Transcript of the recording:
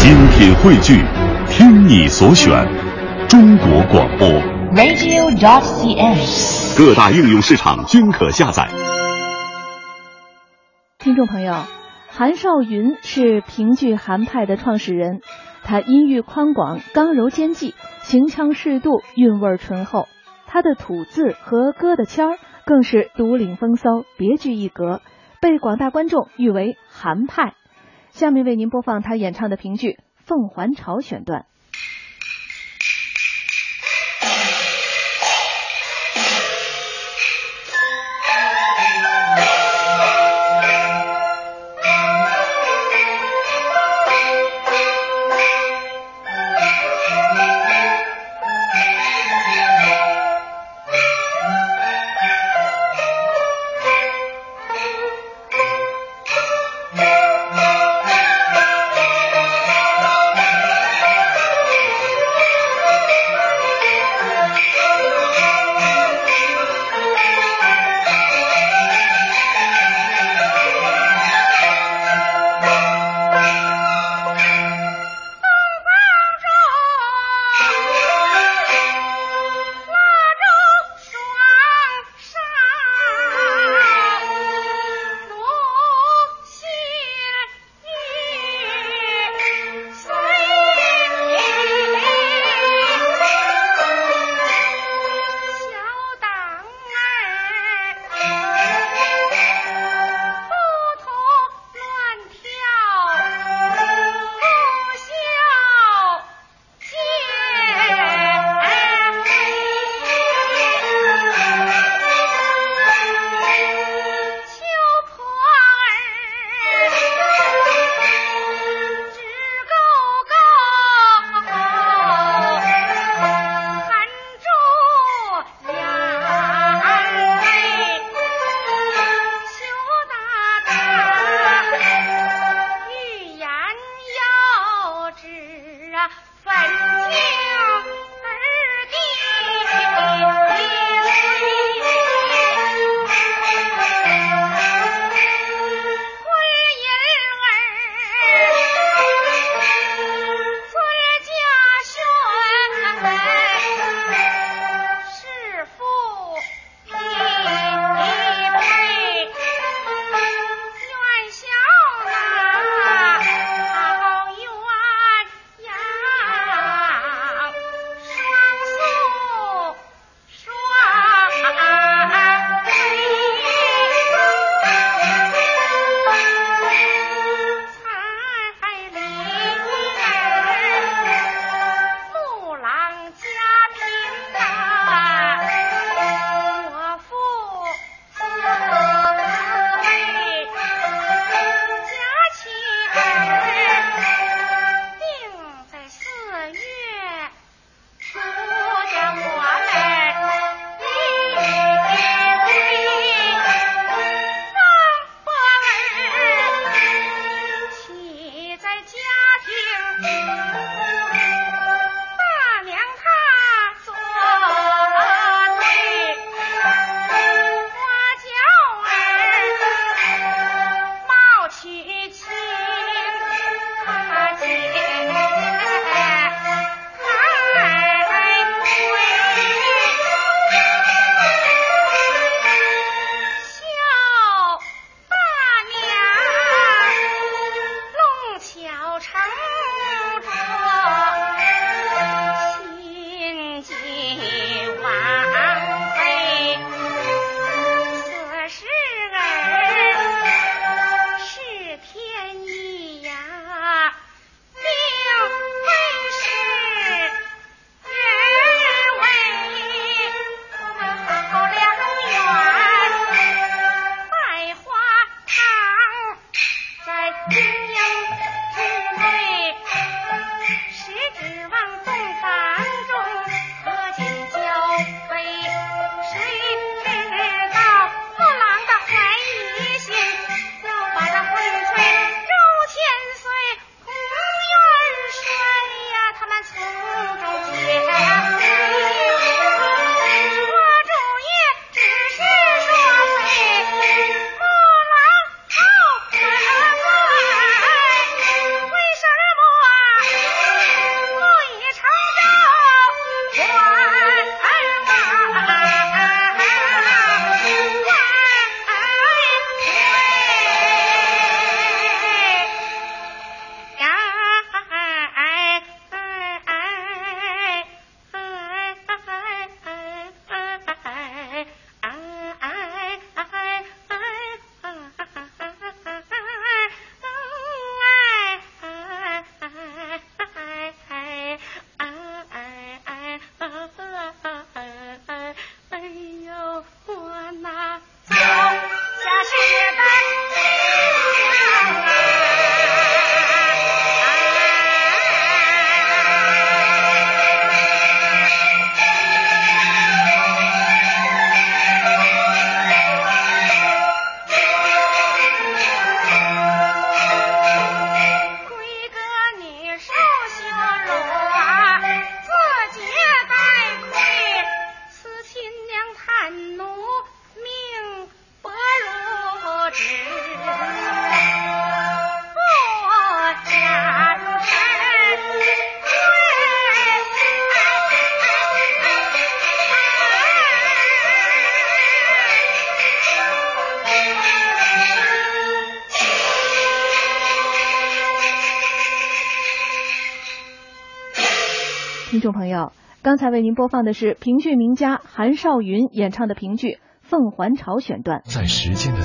精品汇聚，听你所选，中国广播 radio.cn， 各大应用市场均可下载。 听众朋友，韩少云是评剧韩派的创始人，他音域宽广，刚柔兼济，行腔适度，韵味醇厚。他的吐字和歌的腔儿更是独领风骚，别具一格，被广大观众誉为韩派。下面为您播放他演唱的评剧《凤还巢》选段。 听众朋友，刚才为您播放的是评剧名家韩少云演唱的评剧《凤还巢》选段。 在时间的